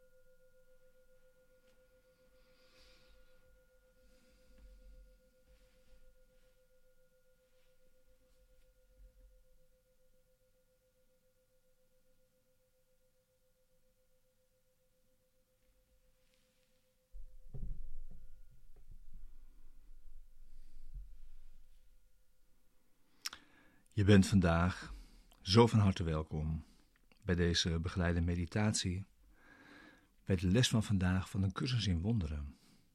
Je bent vandaag zo van harte welkom bij deze begeleide meditatie, bij de les van vandaag van een cursus in wonderen.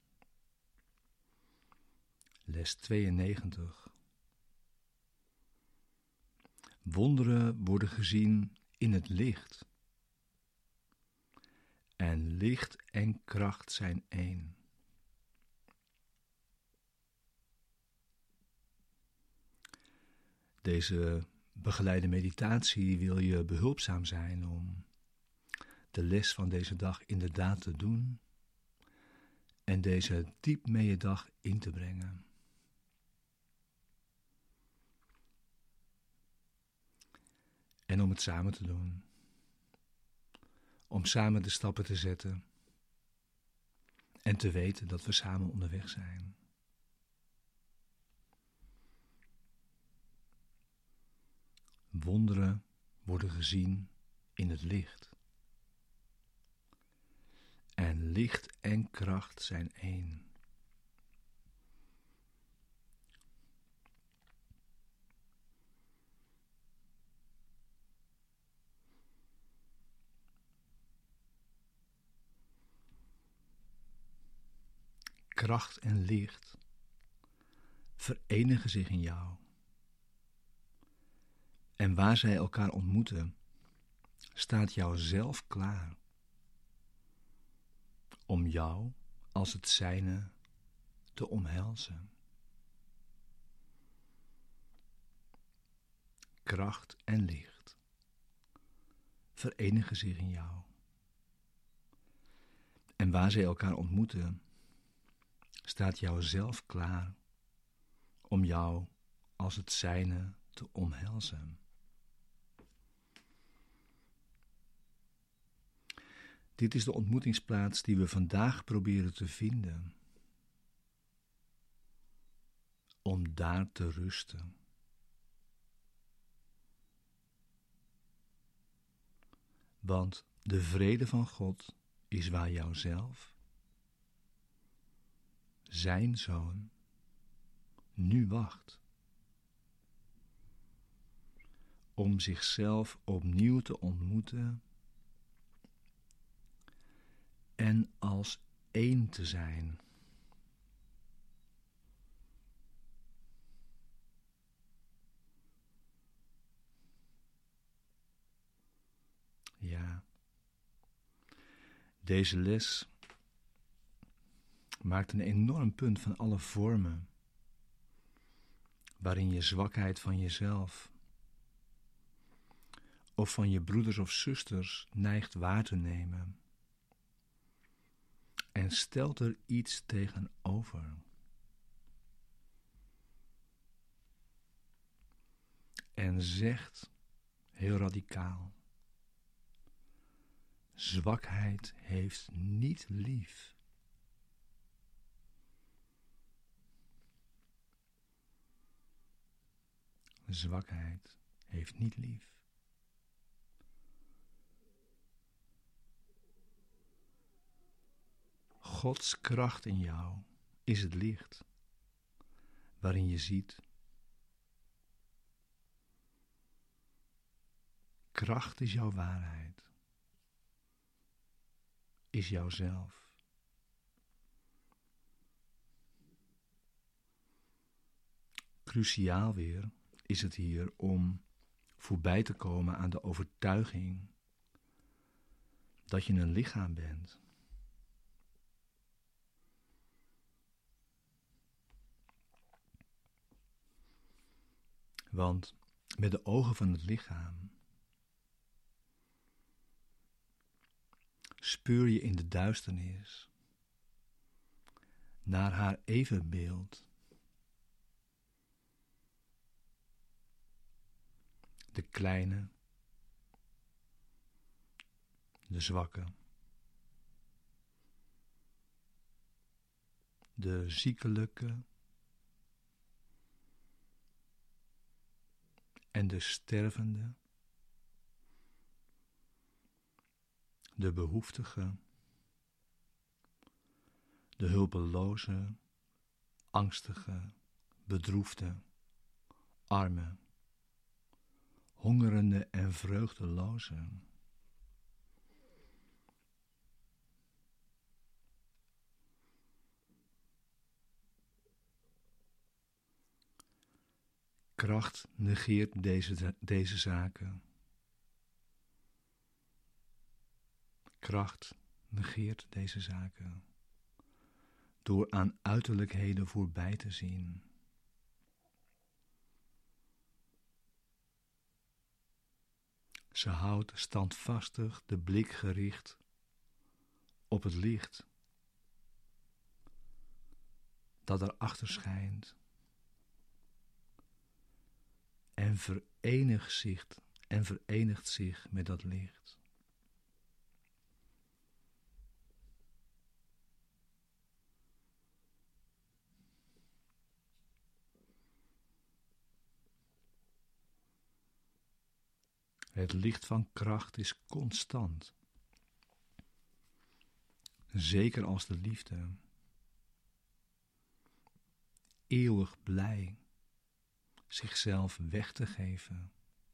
Les 92. Wonderen worden gezien in het licht. En licht en kracht zijn één. Deze begeleide meditatie wil je behulpzaam zijn om de les van deze dag inderdaad te doen en deze diep mee je dag in te brengen. En om het samen te doen. Om samen de stappen te zetten en te weten dat we samen onderweg zijn. Wonderen worden gezien in het licht. En licht en kracht zijn één. Kracht en licht verenigen zich in jou. En waar zij elkaar ontmoeten, staat jou zelf klaar om jou als het zijne te omhelzen. Kracht en licht verenigen zich in jou. En waar zij elkaar ontmoeten, staat jou zelf klaar om jou als het zijne te omhelzen. Dit is de ontmoetingsplaats die we vandaag proberen te vinden. Om daar te rusten. Want de vrede van God is waar jouzelf, zijn Zoon, nu wacht. Om zichzelf opnieuw te ontmoeten en als één te zijn. Ja, deze les maakt een enorm punt van alle vormen waarin je zwakheid van jezelf of van je broeders of zusters neigt waar te nemen. En stelt er iets tegenover. En zegt heel radicaal: zwakheid heeft niet lief. Zwakheid heeft niet lief. Gods kracht in jou is het licht, waarin je ziet. Kracht is jouw waarheid, is jouzelf. Cruciaal weer is het hier om voorbij te komen aan de overtuiging dat je een lichaam bent. Want met de ogen van het lichaam speur je in de duisternis naar haar evenbeeld. De kleine, de zwakke, de ziekelijke en de stervende, de behoeftige, de hulpeloze, angstige, bedroefde, arme, hongerende en vreugdeloze. Kracht negeert deze zaken. Kracht negeert deze zaken door aan uiterlijkheden voorbij te zien. Ze houdt standvastig de blik gericht op het licht dat erachter schijnt en verenigt zich met dat licht. Het licht van kracht is constant, zeker als de liefde, eeuwig blij zichzelf weg te geven,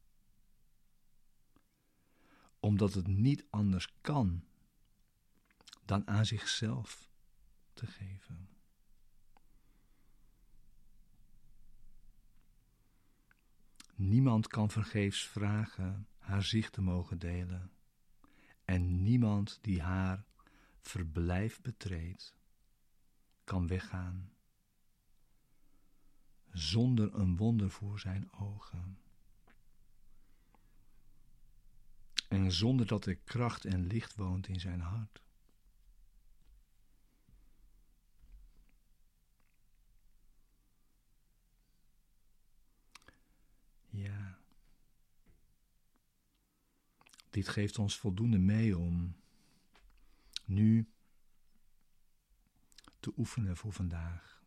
omdat het niet anders kan dan aan zichzelf te geven. Niemand kan vergeefs vragen haar zicht te mogen delen, en niemand die haar verblijf betreedt, kan weggaan zonder een wonder voor zijn ogen. En zonder dat er kracht en licht woont in zijn hart. Ja, dit geeft ons voldoende mee om nu te oefenen voor vandaag.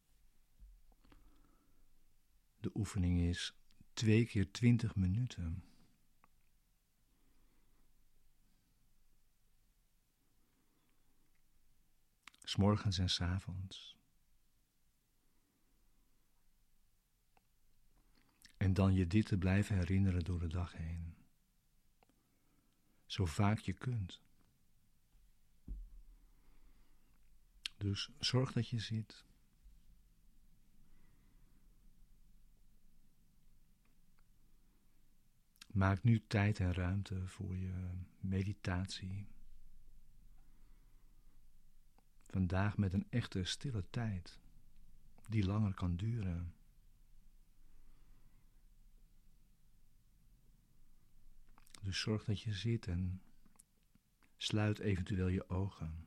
De oefening is 2 keer 20 minuten. S morgens en 's avonds. En dan je dit te blijven herinneren door de dag heen. Zo vaak je kunt. Dus zorg dat je zit. Maak nu tijd en ruimte voor je meditatie. Vandaag met een echte stille tijd, die langer kan duren. Dus zorg dat je zit en sluit eventueel je ogen.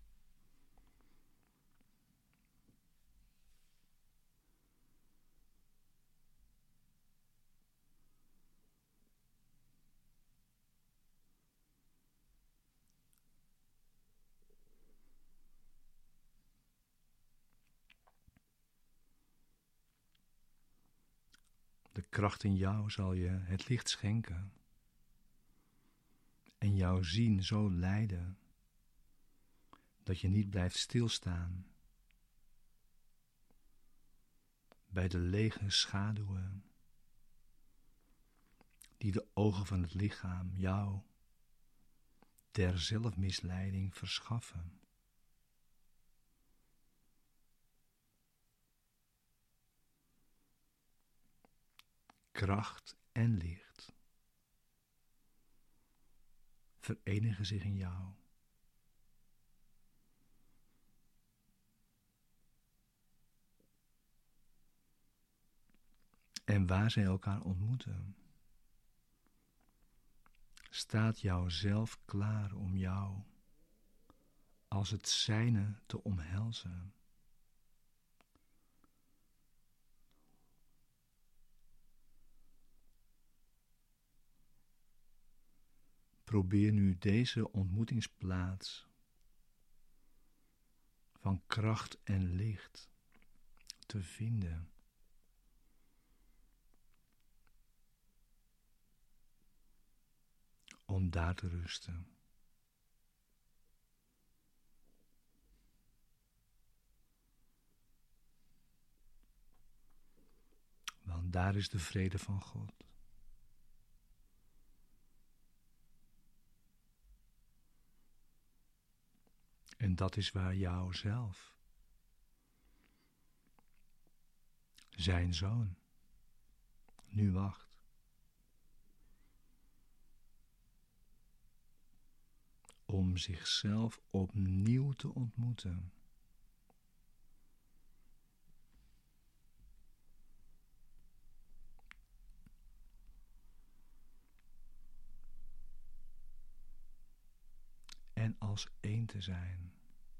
De kracht in jou zal je het licht schenken en jou zien zo leiden dat je niet blijft stilstaan bij de lege schaduwen die de ogen van het lichaam jou ter zelfmisleiding verschaffen. Kracht en licht verenigen zich in jou. En waar zij elkaar ontmoeten, staat jouzelf klaar om jou als het zijne te omhelzen. Probeer nu deze ontmoetingsplaats van kracht en licht te vinden. Om daar te rusten. Want daar is de vrede van God. En dat is waar jou zelf, zijn zoon, nu wacht. Om zichzelf opnieuw te ontmoeten. En als één te zijn.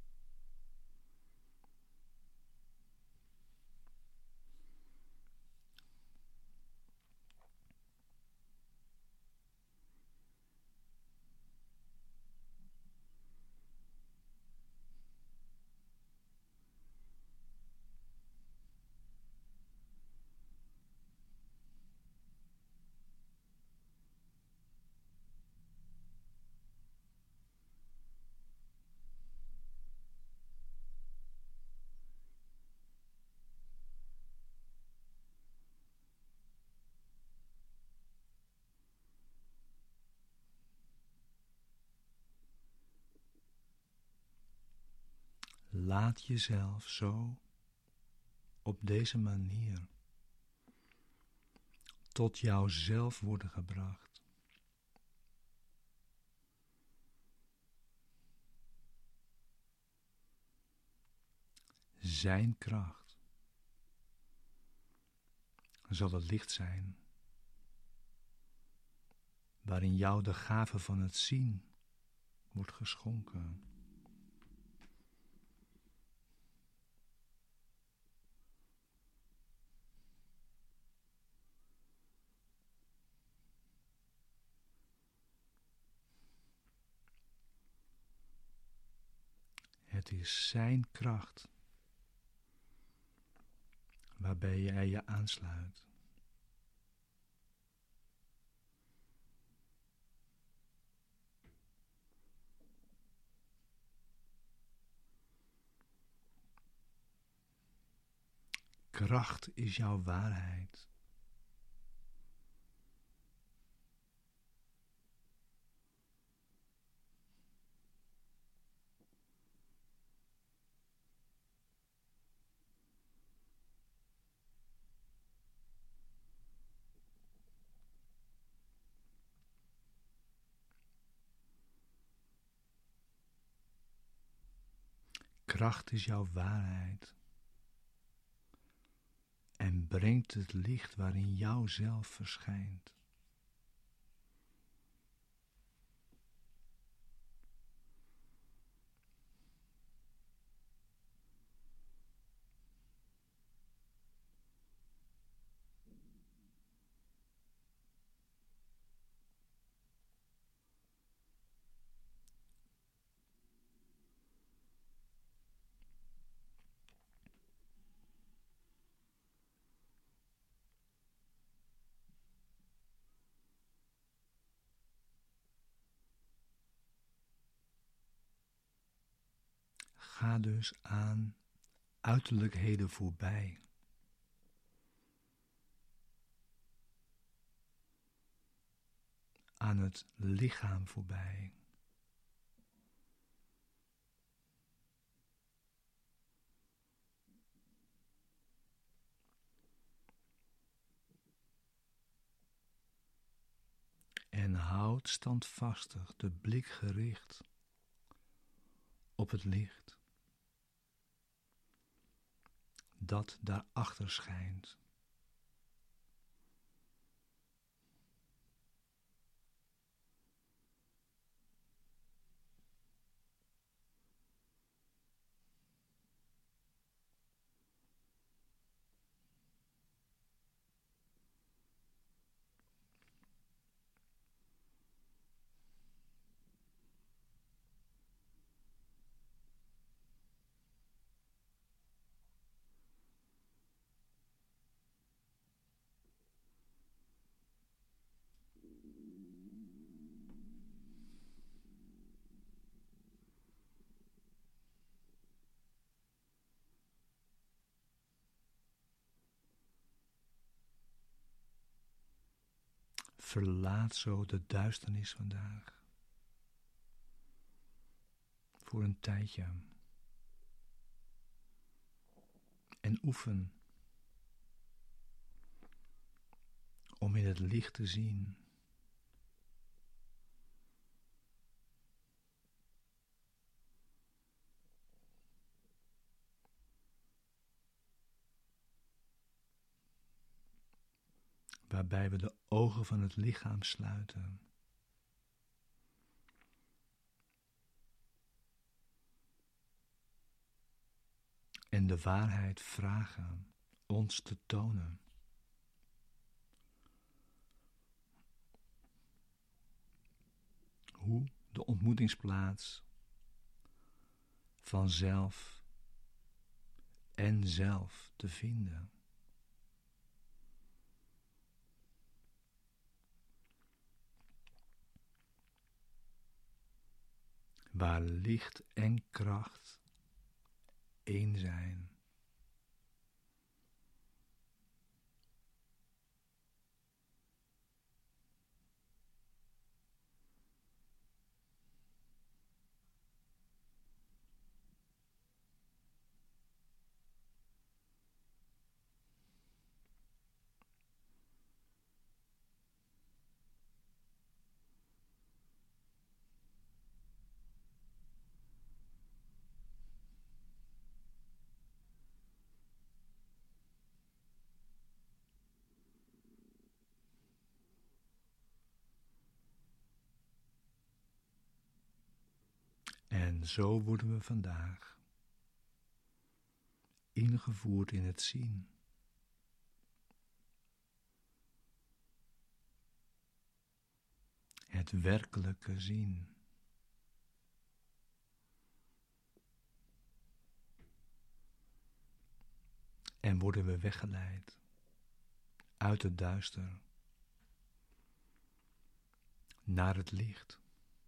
Laat jezelf zo, op deze manier, tot jouzelf worden gebracht. Zijn kracht zal het licht zijn, waarin jou de gave van het zien wordt geschonken. Het is zijn kracht waarbij jij je aansluit. Kracht is jouw waarheid. Kracht is jouw waarheid en brengt het licht waarin jouzelf verschijnt. Ga dus aan uiterlijkheden voorbij. Aan het lichaam voorbij. En houd standvastig de blik gericht op het licht dat daarachter schijnt. Verlaat zo de duisternis vandaag. Voor een tijdje. En oefen om in het licht te zien. Waarbij we de ogen van het lichaam sluiten. En de waarheid vragen ons te tonen. Hoe de ontmoetingsplaats van zelf en zelf te vinden. Waar licht en kracht één zijn. En zo worden we vandaag ingevoerd in het zien. Het werkelijke zien. En worden we weggeleid uit het duister naar het licht.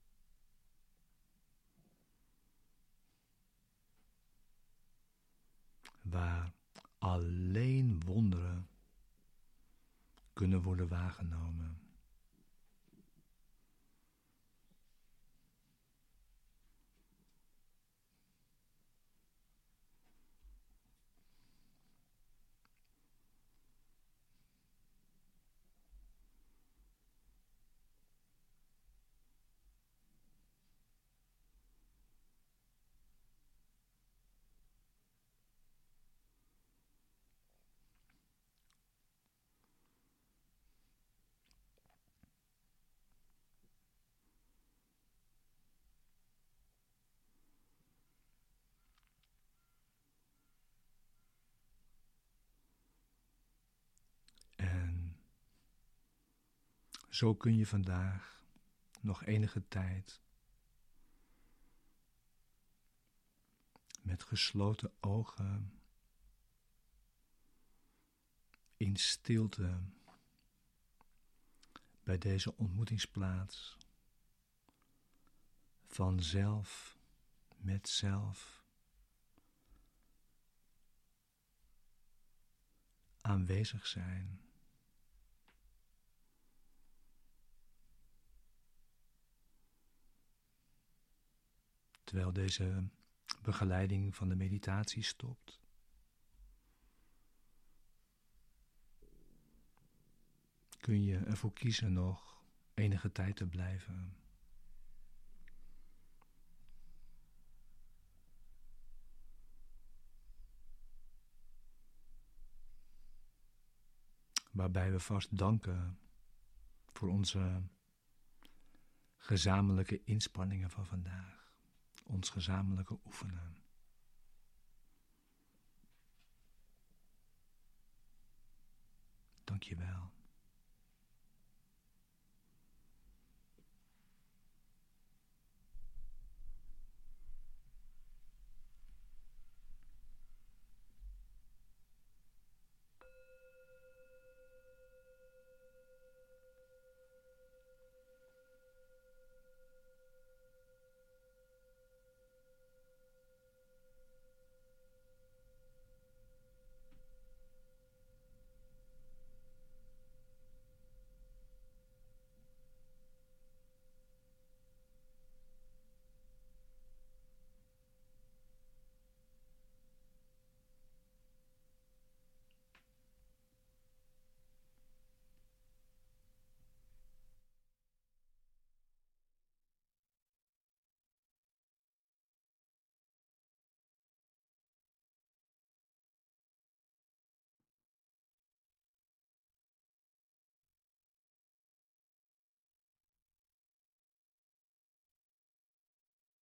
Waar alleen wonderen kunnen worden waargenomen. En zo kun je vandaag nog enige tijd met gesloten ogen in stilte bij deze ontmoetingsplaats van zelf met zelf aanwezig zijn. Terwijl deze begeleiding van de meditatie stopt. Kun je ervoor kiezen nog enige tijd te blijven. Waarbij we vast danken voor onze gezamenlijke inspanningen van vandaag. Ons gezamenlijke oefenen. Dank je wel.